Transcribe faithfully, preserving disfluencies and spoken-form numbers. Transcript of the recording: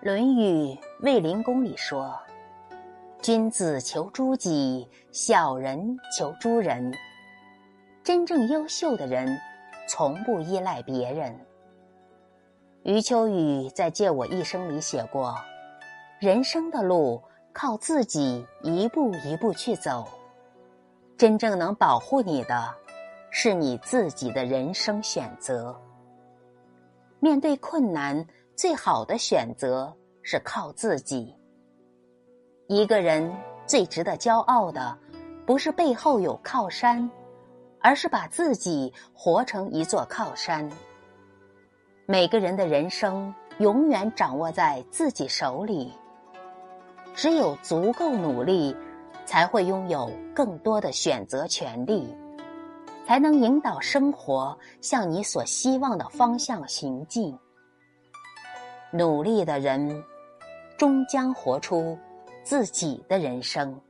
论语卫灵公里说，君子求诸己，小人求诸人。真正优秀的人从不依赖别人。余秋雨在《借我一生》里写过，人生的路靠自己一步一步去走，真正能保护你的是你自己的人生选择。面对困难，最好的选择是靠自己。一个人最值得骄傲的，不是背后有靠山，而是把自己活成一座靠山。每个人的人生永远掌握在自己手里，只有足够努力，才会拥有更多的选择权利，才能引导生活向你所希望的方向行进。努力的人终将活出自己的人生。